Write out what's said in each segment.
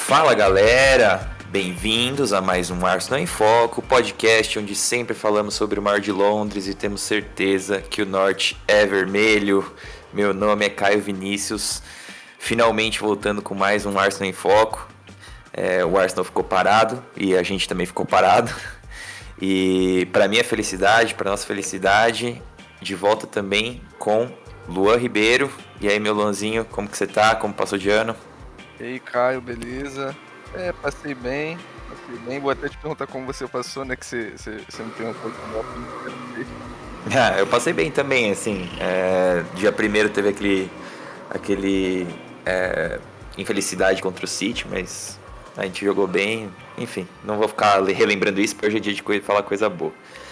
Fala galera, bem-vindos a mais um Arsenal em Foco, podcast onde sempre falamos sobre o Mar de Londres e temos certeza que o norte é vermelho. Meu nome é Caio Vinícius, finalmente voltando com mais um Arsenal em Foco. O Arsenal ficou parado e a gente também ficou parado. E para minha felicidade, para nossa felicidade, de volta também com Luan Ribeiro. E aí, meu Luanzinho, como que você tá? Como passou de ano? E aí, Caio, beleza? Passei bem. Vou até te perguntar como você passou, né? Que você me perguntou como eu fui. Eu passei bem também, assim. Dia primeiro teve aquele infelicidade contra o City, mas a gente jogou bem. Enfim, não vou ficar relembrando isso, porque hoje é dia de falar coisa boa.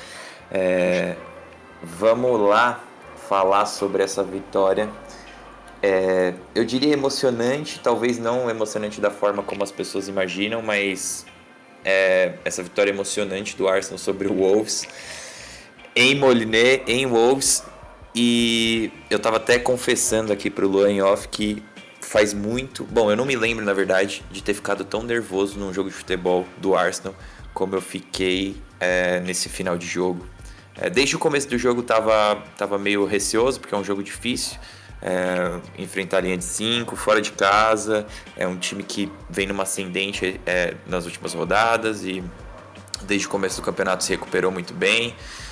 Vamos lá falar sobre essa vitória. Eu diria emocionante, talvez não emocionante da forma como as pessoas imaginam, mas essa vitória emocionante do Arsenal sobre o Wolves, em Molineux, em Wolves. E eu tava até confessando aqui pro Luan em off que faz muito... Bom, eu não me lembro, na verdade, de ter ficado tão nervoso num jogo de futebol do Arsenal como eu fiquei nesse final de jogo. Desde o começo do jogo tava meio receoso, porque é um jogo difícil. Enfrentar a linha de 5, fora de casa. É um time que vem numa ascendente nas últimas rodadas e desde o começo do campeonato se recuperou muito bem.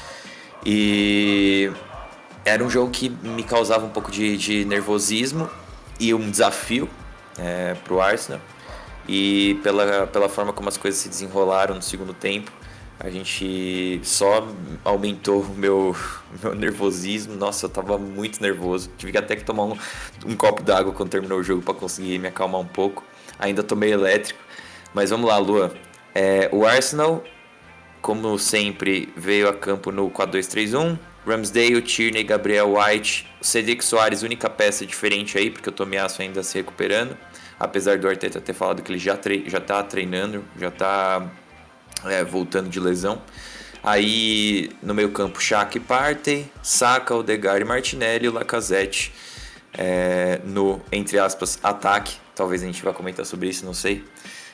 E era um jogo que me causava um pouco de nervosismo e um desafio para o Arsenal. E pela forma como as coisas se desenrolaram no segundo tempo, a gente só aumentou o meu nervosismo. Nossa, eu tava muito nervoso. Tive até que tomar um copo d'água quando terminou o jogo para conseguir me acalmar um pouco. Ainda tô meio elétrico. Mas vamos lá, Lua. O Arsenal, como sempre, veio a campo no 4-2-3-1. Ramsdale, Tierney, Gabriel White. O Cedric Soares, única peça diferente aí, porque o Tomiasso ainda se recuperando. Apesar do Arteta ter falado que ele já tá treinando, já tá... voltando de lesão. Aí no meio campo, Xhaka e Partey, Saka, Odegaard e Martinelli e o Lacazette no, entre aspas, ataque. Talvez a gente vá comentar sobre isso, não sei.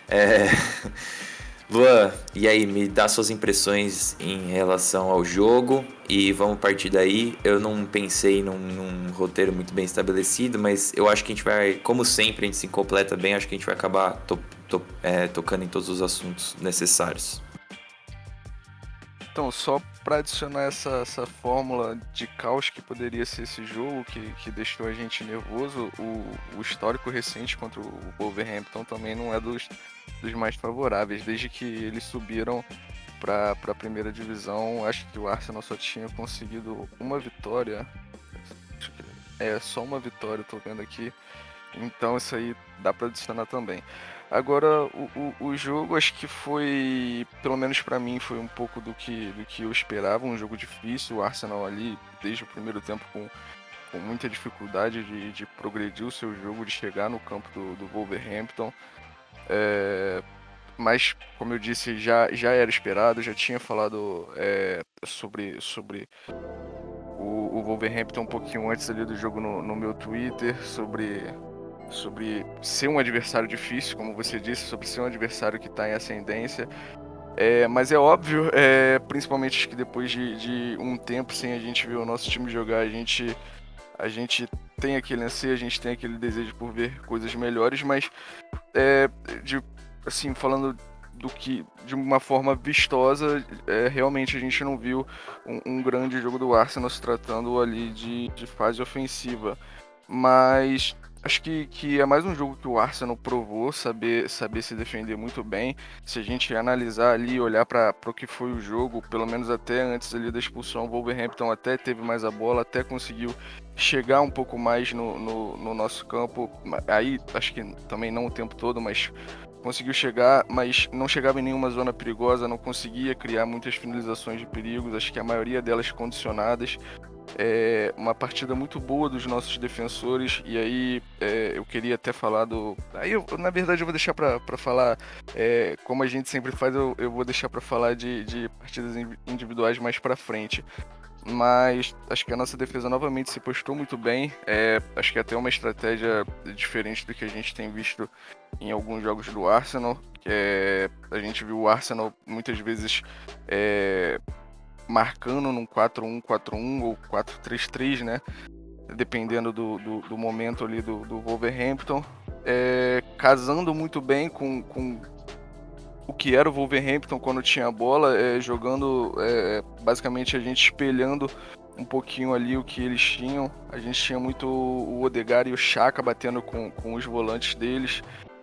Luan, e aí, me dá suas impressões em relação ao jogo e vamos partir daí. Eu não pensei num roteiro muito bem estabelecido, mas eu acho que a gente vai, como sempre, a gente se completa bem. Acho que a gente vai acabar tocando em todos os assuntos necessários. Então, só para adicionar essa fórmula de caos que poderia ser esse jogo, que deixou a gente nervoso, o histórico recente contra o Wolverhampton também não é dos mais favoráveis. Desde que eles subiram para a primeira divisão, acho que o Arsenal só tinha conseguido uma vitória. Só uma vitória, tô vendo aqui. Então isso aí dá para adicionar também. Agora, o jogo acho que foi, pelo menos para mim, foi um pouco do que eu esperava, um jogo difícil. O Arsenal ali, desde o primeiro tempo, com muita dificuldade de progredir o seu jogo, de chegar no campo do Wolverhampton. Mas, como eu disse, já era esperado, já tinha falado sobre o Wolverhampton um pouquinho antes ali do jogo no meu Twitter, sobre ser um adversário difícil, como você disse, sobre ser um adversário que está em ascendência. Mas é óbvio, principalmente acho que depois de um tempo sem a gente ver o nosso time jogar, a gente tem aquele anseio, a gente tem aquele desejo por ver coisas melhores, mas assim, falando de uma forma vistosa, realmente a gente não viu um grande jogo do Arsenal se tratando ali de fase ofensiva. Mas acho que é mais um jogo que o Arsenal provou saber se defender muito bem. Se a gente analisar ali e olhar para o que foi o jogo, pelo menos até antes ali da expulsão, o Wolverhampton até teve mais a bola, até conseguiu chegar um pouco mais no nosso campo. Aí acho que também não o tempo todo, mas conseguiu chegar, mas não chegava em nenhuma zona perigosa, não conseguia criar muitas finalizações de perigos, acho que a maioria delas condicionadas. Uma partida muito boa dos nossos defensores. E aí eu queria até falar aí na verdade eu vou deixar para falar, como a gente sempre faz, eu vou deixar para falar de partidas individuais mais para frente. mas acho que a nossa defesa novamente se postou muito bem. Acho que é até uma estratégia diferente do que a gente tem visto em alguns jogos do Arsenal. A gente viu o Arsenal muitas vezes marcando num 4-1-4-1 ou 4-3-3, né? Dependendo do momento ali do Wolverhampton. Casando muito bem com o que era o Wolverhampton quando tinha a bola, jogando basicamente a gente espelhando um pouquinho ali o que eles tinham. A gente tinha muito o Odegaard e o Xhaka batendo com os volantes deles.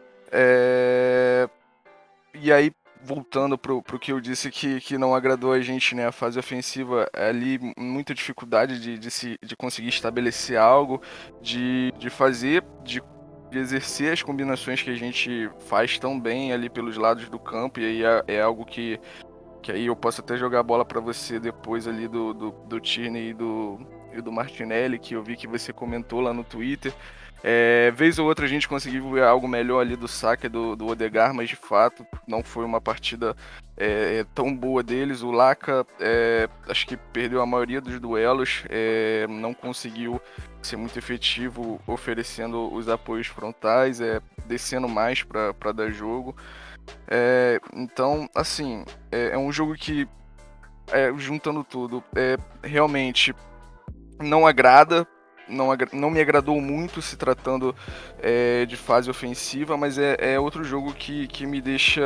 E aí, voltando pro que eu disse que não agradou a gente, né? A fase ofensiva ali, muita dificuldade de conseguir estabelecer algo, de fazer, de exercer as combinações que a gente faz tão bem ali pelos lados do campo, e aí é algo que aí eu posso até jogar a bola para você depois ali do Tierney e do Martinelli, que eu vi que você comentou lá no Twitter. Vez ou outra a gente conseguiu ver algo melhor ali do Saka e do Odegaard, mas de fato não foi uma partida tão boa deles. O Laka acho que perdeu a maioria dos duelos, não conseguiu ser muito efetivo oferecendo os apoios frontais, descendo mais para dar jogo. Então, assim, é um jogo que, juntando tudo, realmente não agrada. Não me agradou muito se tratando de fase ofensiva, mas é outro jogo que me deixa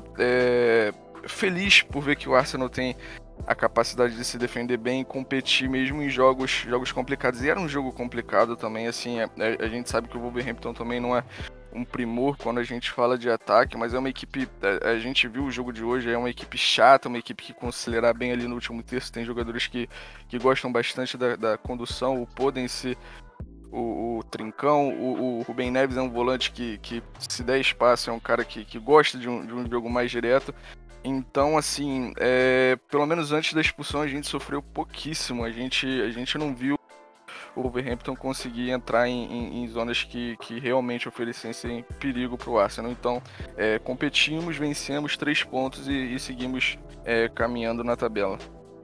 feliz por ver que o Arsenal tem a capacidade de se defender bem e competir mesmo em jogos complicados. E era um jogo complicado também, assim, a gente sabe que o Wolverhampton também não é um primor quando a gente fala de ataque, mas é uma equipe, a gente viu o jogo de hoje, é uma equipe chata, uma equipe que considerar bem ali no último terço, tem jogadores que gostam bastante da condução, o Podence, o Trincão, o Rubem Neves é um volante que se der espaço é um cara que gosta de um jogo mais direto. Então, assim, pelo menos antes da expulsão a gente sofreu pouquíssimo, a gente não viu o Wolverhampton conseguir entrar em zonas que realmente oferecessem perigo para o Arsenal. Então, competimos, vencemos 3 pontos e seguimos caminhando na tabela.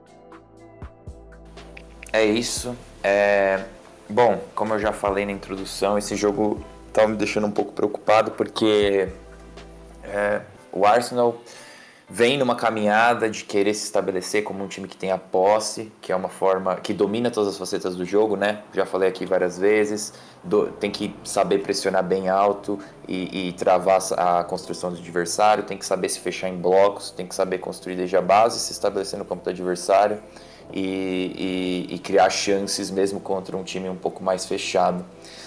É isso. Bom, como eu já falei na introdução, esse jogo estava me deixando um pouco preocupado porque o Arsenal vem numa caminhada de querer se estabelecer como um time que tem a posse, que é uma forma que domina todas as facetas do jogo, né? Já falei aqui várias vezes, tem que saber pressionar bem alto e travar a construção do adversário, tem que saber se fechar em blocos, tem que saber construir desde a base, se estabelecer no campo do adversário e criar chances mesmo contra um time um pouco mais fechado.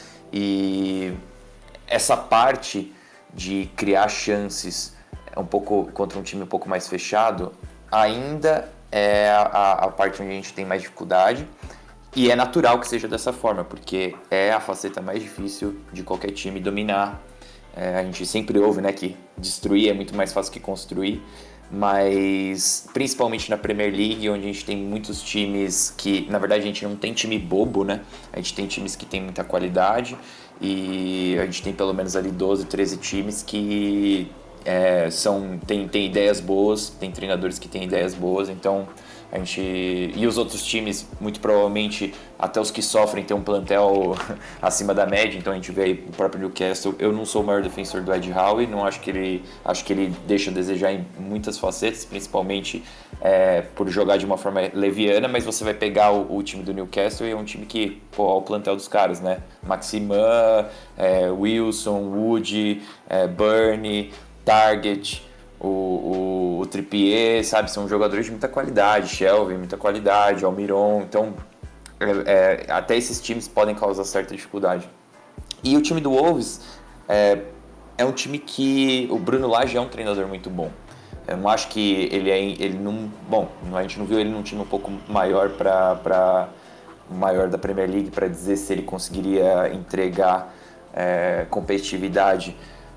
E essa parte de criar chances um pouco contra um time um pouco mais fechado, ainda é a parte onde a gente tem mais dificuldade, e é natural que seja dessa forma, porque é a faceta mais difícil de qualquer time dominar. A gente sempre ouve, né, que destruir é muito mais fácil que construir, mas principalmente na Premier League, onde a gente tem muitos times que, na verdade, a gente não tem time bobo, né? A gente tem times que tem muita qualidade e a gente tem pelo menos ali 12, 13 times que tem ideias boas, tem treinadores que têm ideias boas, então a gente... E os outros times, muito provavelmente, até os que sofrem, tem um plantel acima da média, então a gente vê aí o próprio Newcastle. Eu não sou o maior defensor do Ed Howe, não acho que ele deixa a desejar em muitas facetas, principalmente por jogar de uma forma leviana, mas você vai pegar o time do Newcastle e é um time que, olha o plantel dos caras, né? Maximan, Wilson, Wood, Burnley, Target, o Trippier, sabe? São jogadores de muita qualidade, Shelvey, muita qualidade, Almiron, então até esses times podem causar certa dificuldade. E o time do Wolves é um time que o Bruno Lage é um treinador muito bom. Eu não acho que ele não, bom, a gente não viu ele num time um pouco maior maior da Premier League para dizer se ele conseguiria entregar competitividade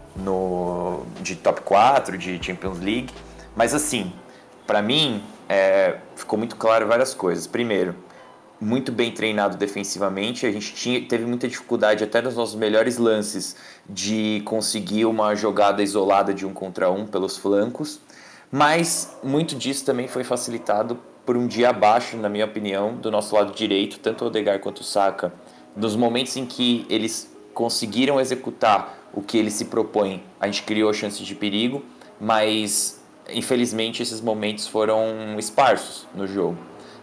de top 4, de Champions League, mas assim, para mim ficou muito claro várias coisas. Primeiro, muito bem treinado defensivamente, a gente teve muita dificuldade até nos nossos melhores lances de conseguir uma jogada isolada de 1 contra 1 pelos flancos, mas muito disso também foi facilitado por um dia abaixo, na minha opinião, do nosso lado direito, tanto o Odegaard quanto o Saka. Nos momentos em que eles conseguiram executar o que eles se propõem, a gente criou chances de perigo, mas infelizmente esses momentos foram esparsos no jogo.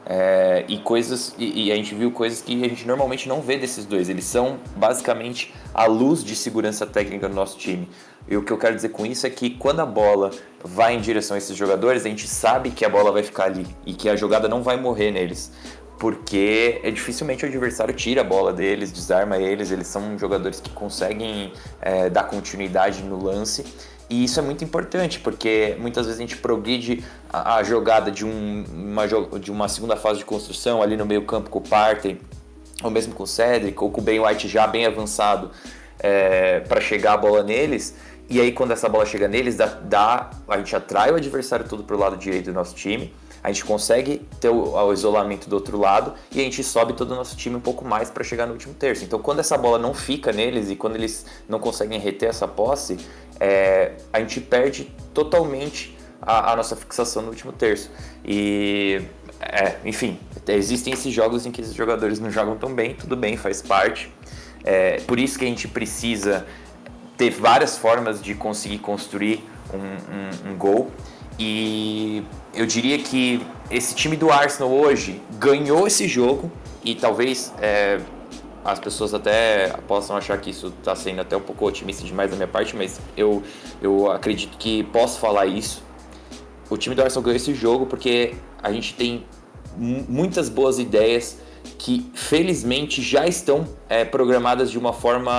E a gente viu coisas que a gente normalmente não vê desses dois. Eles são basicamente a luz de segurança técnica do nosso time. E o que eu quero dizer com isso é que quando a bola vai em direção a esses jogadores, a gente sabe que a bola vai ficar ali e que a jogada não vai morrer neles. Porque dificilmente o adversário tira a bola deles, desarma eles. Eles são jogadores que conseguem dar continuidade no lance. E isso é muito importante, porque muitas vezes a gente progride a jogada de uma segunda fase de construção ali no meio campo com o Partey, ou mesmo com o Cedric, ou com o Ben White já bem avançado para chegar a bola neles. E aí quando essa bola chega neles, a gente atrai o adversário todo pro lado direito do nosso time, a gente consegue ter o isolamento do outro lado e a gente sobe todo o nosso time um pouco mais para chegar no último terço. Então quando essa bola não fica neles e quando eles não conseguem reter essa posse, a gente perde totalmente a nossa fixação no último terço. E, enfim, existem esses jogos em que esses jogadores não jogam tão bem, tudo bem, faz parte. Por isso que a gente precisa ter várias formas de conseguir construir um gol. E eu diria que esse time do Arsenal hoje ganhou esse jogo e talvez as pessoas até possam achar que isso está sendo até um pouco otimista demais da minha parte, mas eu acredito que posso falar isso. O time do Arsenal ganhou esse jogo porque a gente tem muitas boas ideias que felizmente já estão programadas de uma forma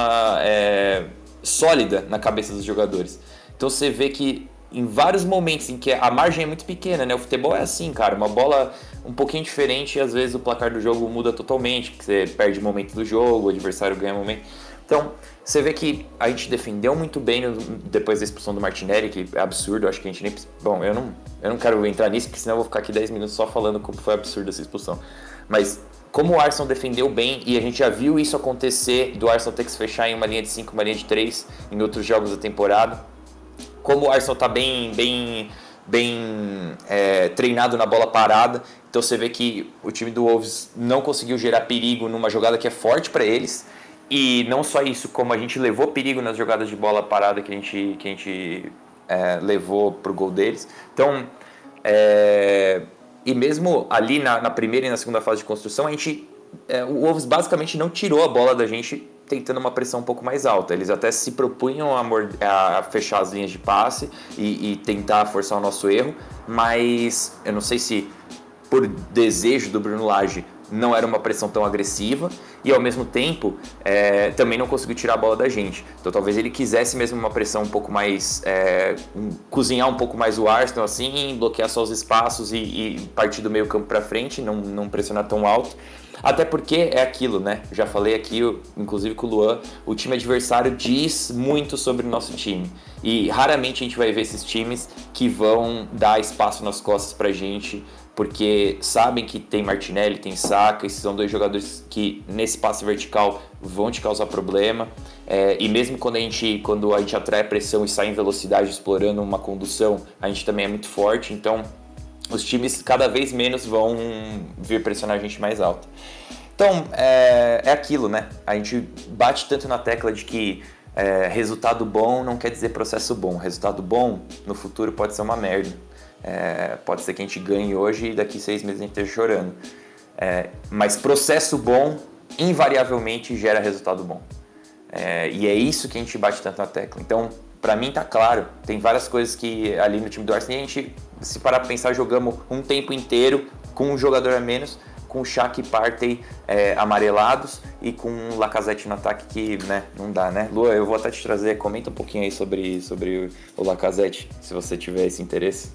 sólida na cabeça dos jogadores. Então você vê que em vários momentos em que a margem é muito pequena, né? O futebol é assim, cara, uma bola um pouquinho diferente e às vezes o placar do jogo muda totalmente, porque você perde o momento do jogo, o adversário ganha o momento. Então, você vê que a gente defendeu muito bem depois da expulsão do Martinelli, que é absurdo, acho que a gente nem... Bom, eu não quero entrar nisso, porque senão eu vou ficar aqui 10 minutos só falando como foi absurdo essa expulsão. Mas como o Arsenal defendeu bem, e a gente já viu isso acontecer, do Arsenal ter que se fechar em uma linha de 5, uma linha de 3, em outros jogos da temporada. Como o Arsenal está bem treinado na bola parada, então você vê que o time do Wolves não conseguiu gerar perigo numa jogada que é forte para eles. E não só isso, como a gente levou perigo nas jogadas de bola parada que a gente levou pro gol deles. Então, e mesmo ali na primeira e na segunda fase de construção, o Wolves basicamente não tirou a bola da gente tentando uma pressão um pouco mais alta. Eles até se propunham a fechar as linhas de passe e tentar forçar o nosso erro, mas eu não sei se por desejo do Bruno Lage não era uma pressão tão agressiva e ao mesmo tempo também não conseguiu tirar a bola da gente. Então talvez ele quisesse mesmo uma pressão um pouco mais, cozinhar um pouco mais o Arsenal assim, bloquear só os espaços e partir do meio campo para frente, não pressionar tão alto. Até porque é aquilo, né? Já falei aqui, inclusive com o Luan, o time adversário diz muito sobre o nosso time. E raramente a gente vai ver esses times que vão dar espaço nas costas pra gente, porque sabem que tem Martinelli, tem Saka, esses são dois jogadores que nesse passe vertical vão te causar problema. E mesmo quando a gente atrai a pressão e sai em velocidade explorando uma condução, a gente também é muito forte, então os times cada vez menos vão vir pressionar a gente mais alto. Então, é aquilo, né? A gente bate tanto na tecla de que resultado bom não quer dizer processo bom. Resultado bom, no futuro, pode ser uma merda. Pode ser que a gente ganhe hoje e daqui 6 meses a gente esteja chorando. Mas processo bom, invariavelmente, gera resultado bom. E é isso que a gente bate tanto na tecla. Então, pra mim tá claro, tem várias coisas que ali no time do Arsenal, a gente, se parar pra pensar, jogamos um tempo inteiro com um jogador a menos, com o Shaq e Partey amarelados e com o Lacazette no ataque que, né, não dá, né? Lua, eu vou até te trazer, comenta um pouquinho aí sobre o Lacazette, se você tiver esse interesse.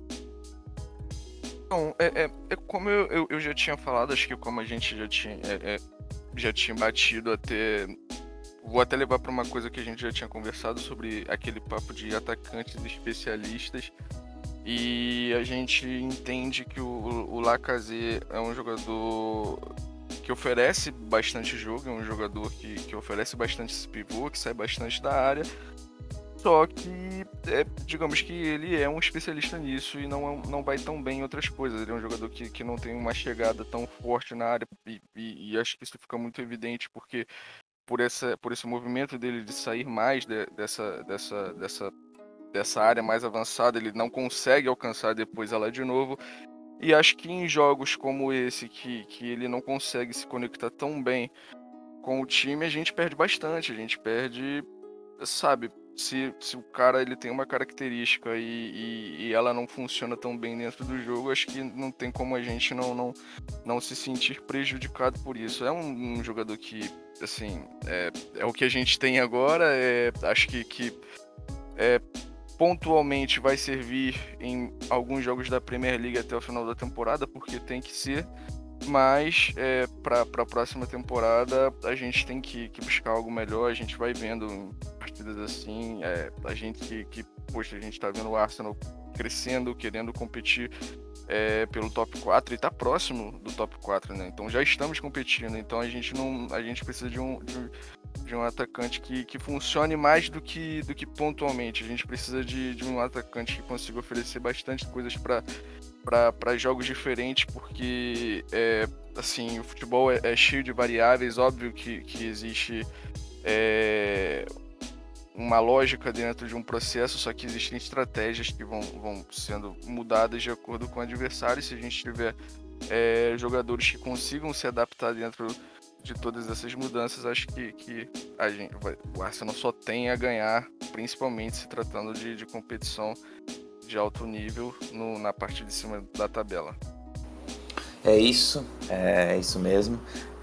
Não, como eu já tinha falado, acho que como a gente já tinha batido até... Vou até levar para uma coisa que a gente já tinha conversado sobre aquele papo de atacantes especialistas. E a gente entende que o Lacazette é um jogador que oferece bastante jogo, é um jogador que oferece bastante esse pivô, que sai bastante da área. Só que, digamos que ele é um especialista nisso e não vai tão bem em outras coisas. Ele é um jogador que não tem uma chegada tão forte na área e acho que isso fica muito evidente porque por esse movimento dele de sair mais dessa área mais avançada, ele não consegue alcançar depois ela de novo. E acho que em jogos como esse, que ele não consegue se conectar tão bem com o time, a gente perde bastante. A gente perde, sabe, se o cara ele tem uma característica e ela não funciona tão bem dentro do jogo, acho que não tem como a gente não se sentir prejudicado por isso. É um jogador que, assim, é o que a gente tem agora. Acho que pontualmente vai servir em alguns jogos da Premier League até o final da temporada, porque tem que ser. Mas para a próxima temporada a gente tem que buscar algo melhor. A gente vai vendo em partidas assim, a gente poxa, a gente está vendo o Arsenal crescendo, querendo competir pelo top 4 e está próximo do top 4, né? Então já estamos competindo. Então a gente precisa de um atacante que funcione mais do que pontualmente. A gente precisa de um atacante que consiga oferecer bastante coisas para jogos diferentes, porque assim, o futebol é cheio de variáveis. Óbvio que existe uma lógica dentro de um processo, só que existem estratégias que vão sendo mudadas de acordo com o adversário. Se a gente tiver jogadores que consigam se adaptar dentro de todas essas mudanças, acho que o Arsenal só tem a ganhar, principalmente se tratando de competição de alto nível na parte de cima da tabela. É isso mesmo.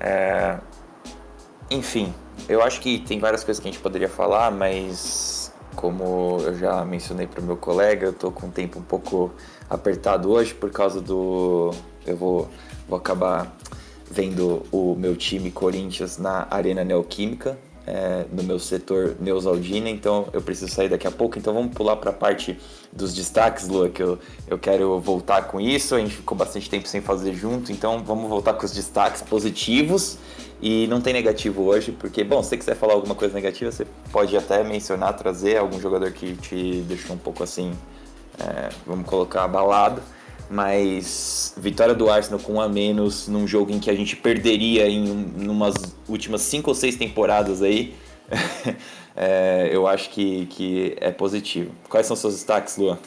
Enfim, eu acho que tem várias coisas que a gente poderia falar, mas como eu já mencionei para o meu colega, eu tô com o tempo um pouco apertado hoje por causa eu vou acabar vendo o meu time Corinthians na Arena Neoquímica, no meu setor Neusaldina, então eu preciso sair daqui a pouco. Então vamos pular para a parte dos destaques, Lua, que eu quero voltar com isso. A gente ficou bastante tempo sem fazer junto, então vamos voltar com os destaques positivos. E não tem negativo hoje, porque, bom, se você quiser falar alguma coisa negativa, você pode até mencionar, trazer algum jogador que te deixou um pouco assim, vamos colocar, abalado. Mas vitória do Arsenal com 1 a menos num jogo em que a gente perderia em umas últimas 5 ou 6 temporadas aí, eu acho que é positivo. Quais são seus destaques, Luan?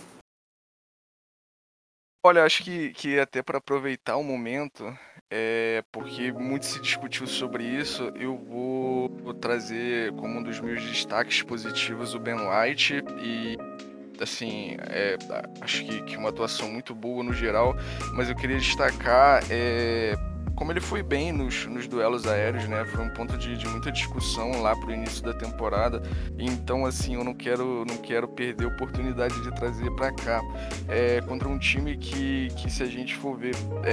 Olha, acho que até para aproveitar o momento, porque muito se discutiu sobre isso, eu vou trazer como um dos meus destaques positivos o Ben White e assim, acho que uma atuação muito boa no geral, mas eu queria destacar como ele foi bem nos duelos aéreos, né? Foi um ponto de muita discussão lá pro início da temporada, então assim, eu não quero perder a oportunidade de trazer para cá, contra um time que se a gente for ver,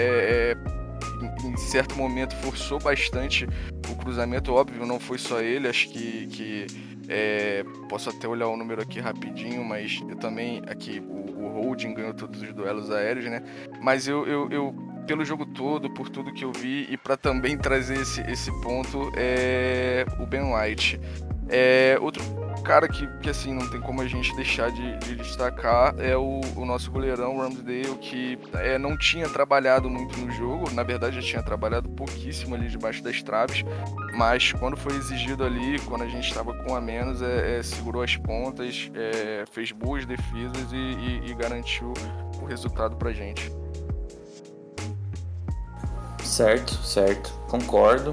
em certo momento forçou bastante o cruzamento. Óbvio, não foi só ele, acho que posso até olhar o número aqui rapidinho, mas eu também, aqui, o Holding ganhou todos os duelos aéreos, né? Mas eu pelo jogo todo, por tudo que eu vi, e para também trazer esse ponto, o Ben White. Outro cara que assim, não tem como a gente deixar de destacar é o nosso goleirão Ramsdale, que não tinha trabalhado muito no jogo. Na verdade, já tinha trabalhado pouquíssimo ali debaixo das traves, mas quando foi exigido ali, quando a gente estava com a menos, segurou as pontas, fez boas defesas e garantiu o resultado pra gente. Certo, concordo.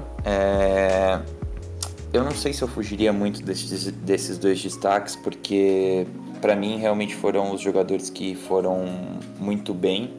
Eu não sei se eu fugiria muito desses dois destaques, porque para mim realmente foram os jogadores que foram muito bem.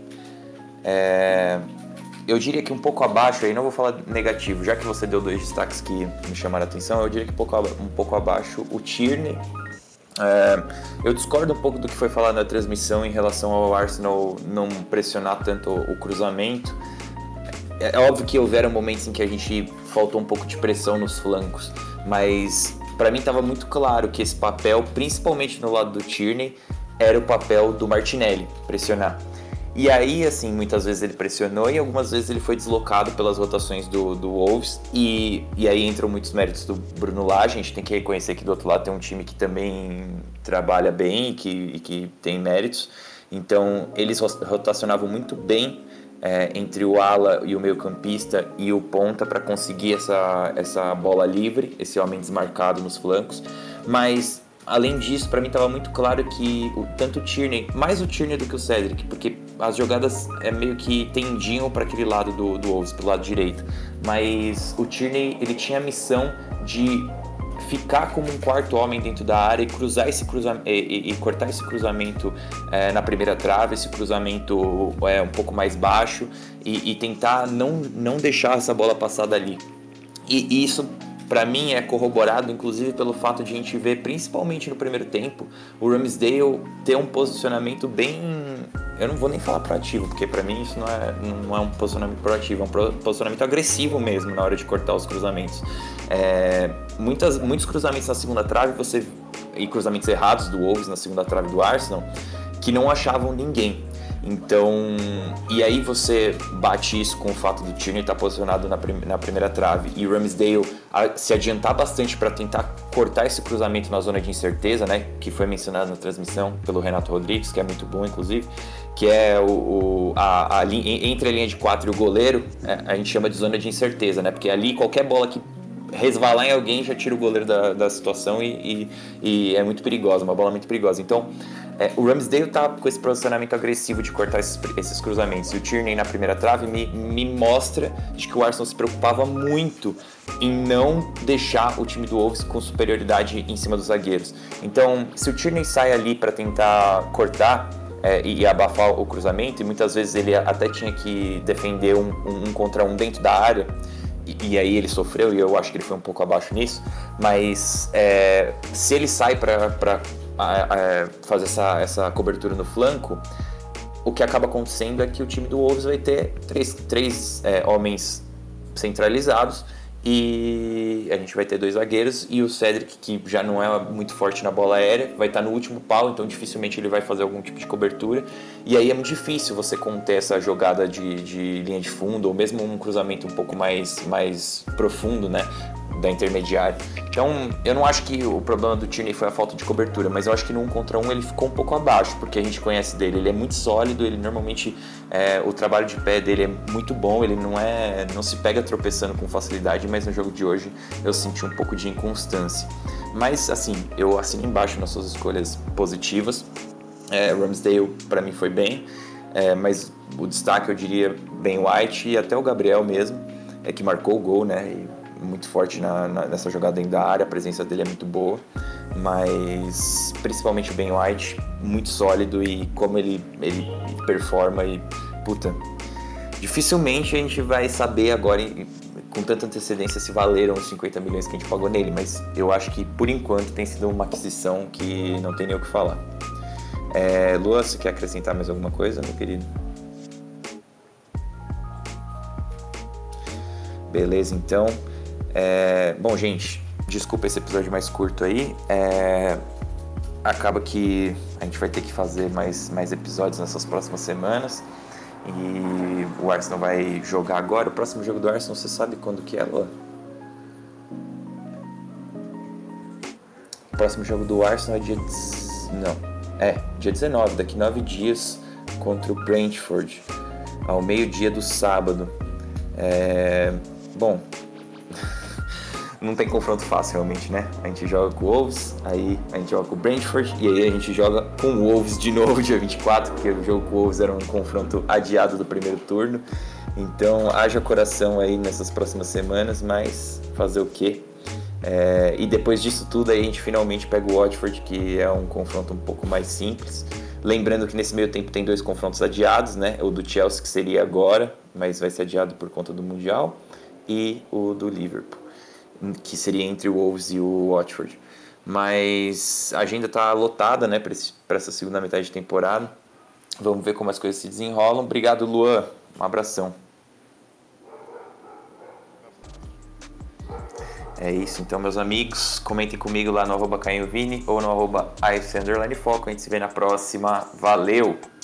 Eu diria que um pouco abaixo, aí não vou falar negativo, já que você deu dois destaques que me chamaram a atenção, eu diria que um pouco abaixo o Tierney. Eu discordo um pouco do que foi falado na transmissão em relação ao Arsenal não pressionar tanto o cruzamento. É óbvio que houveram momentos em que a gente faltou um pouco de pressão nos flancos, mas para mim estava muito claro que esse papel, principalmente no lado do Tierney, era o papel do Martinelli, pressionar. E aí, assim, muitas vezes ele pressionou e algumas vezes ele foi deslocado pelas rotações do Wolves. E aí entram muitos méritos do Bruno Lage. A gente tem que reconhecer que do outro lado tem um time que também trabalha bem e que tem méritos. Então, eles rotacionavam muito bem entre o ala e o meio-campista e o ponta para conseguir essa bola livre, esse homem desmarcado nos flancos. Mas, além disso, para mim estava muito claro que tanto o Tierney, mais o Tierney do que o Cedric, porque as jogadas meio que tendiam para aquele lado do Wolves, pro lado direito. Mas o Tierney, ele tinha a missão de ficar como um quarto homem dentro da área e cruzar esse e cortar esse cruzamento na primeira trave, esse cruzamento um pouco mais baixo e tentar não deixar essa bola passar dali. E isso, para mim, é corroborado inclusive pelo fato de a gente ver, principalmente no primeiro tempo, o Ramsdale ter um posicionamento bem... Eu não vou nem falar proativo, porque para mim isso não é um posicionamento proativo, é um posicionamento agressivo mesmo na hora de cortar os cruzamentos. Muitos cruzamentos na segunda trave e cruzamentos errados do Wolves na segunda trave do Arsenal, que não achavam ninguém. Então, e aí você bate isso com o fato do Tierney estar posicionado na primeira trave e o Ramsdale se adiantar bastante para tentar cortar esse cruzamento na zona de incerteza, né, que foi mencionado na transmissão pelo Renato Rodrigues, que é muito bom inclusive, que é entre a linha de 4 e o goleiro, a gente chama de zona de incerteza, né, porque ali qualquer bola que resvalar em alguém já tira o goleiro da situação e é muito perigosa, uma bola muito perigosa. Então, o Ramsdale tá com esse posicionamento agressivo de cortar esses cruzamentos. E o Tierney na primeira trave me mostra de que o Arsenal se preocupava muito em não deixar o time do Wolves com superioridade em cima dos zagueiros. Então, se o Tierney sai ali para tentar cortar e abafar o cruzamento, e muitas vezes ele até tinha que defender um contra um dentro da área, e aí ele sofreu, e eu acho que ele foi um pouco abaixo nisso, mas se ele sai para fazer essa cobertura no flanco, o que acaba acontecendo é que o time do Wolves vai ter três homens centralizados e a gente vai ter 2 zagueiros e o Cedric, que já não é muito forte na bola aérea, vai estar no último pau, então dificilmente ele vai fazer algum tipo de cobertura, e aí é muito difícil você conter essa jogada de linha de fundo ou mesmo um cruzamento um pouco mais profundo, né, da intermediária. Então, eu não acho que o problema do Tierney foi a falta de cobertura, mas eu acho que no 1 contra 1 ele ficou um pouco abaixo, porque a gente conhece dele, ele é muito sólido, ele normalmente, o trabalho de pé dele é muito bom, ele não se pega tropeçando com facilidade, mas no jogo de hoje eu senti um pouco de inconstância. Mas, assim, eu assino embaixo nas suas escolhas positivas. Ramsdale, para mim, foi bem, mas o destaque eu diria Ben White e até o Gabriel mesmo, que marcou o gol, né, e muito forte nessa jogada dentro da área, a presença dele é muito boa, mas principalmente o Ben White, muito sólido, e como ele performa, e puta, dificilmente a gente vai saber agora com tanta antecedência se valeram os 50 milhões que a gente pagou nele, mas eu acho que por enquanto tem sido uma aquisição que não tem nem o que falar. Lua, você quer acrescentar mais alguma coisa, meu querido? Beleza, então. Bom, gente, desculpa esse episódio mais curto aí. Acaba que a gente vai ter que fazer mais episódios nessas próximas semanas. E o Arsenal vai jogar agora. O próximo jogo do Arsenal, você sabe quando que é, Lua? O próximo jogo do Arsenal é dia 19, daqui 9 dias, contra o Brentford, ao meio-dia do sábado. Bom, não tem confronto fácil realmente, né? A gente joga com o Wolves, aí a gente joga com o Brentford e aí a gente joga com o Wolves de novo dia 24, porque o jogo com o Wolves era um confronto adiado do primeiro turno. Então haja coração aí nessas próximas semanas, mas fazer o quê? E depois disso tudo aí a gente finalmente pega o Watford, que é um confronto um pouco mais simples. Lembrando que nesse meio tempo tem 2 confrontos adiados, né? O do Chelsea, que seria agora, mas vai ser adiado por conta do Mundial, e o do Liverpool, que seria entre o Wolves e o Watford. Mas a agenda está lotada, né, para essa segunda metade de temporada. Vamos ver como as coisas se desenrolam. Obrigado, Luan. Um abração. É isso, então, meus amigos. Comentem comigo lá no @CainhoVini ou no @AFC_Foco. A gente se vê na próxima. Valeu!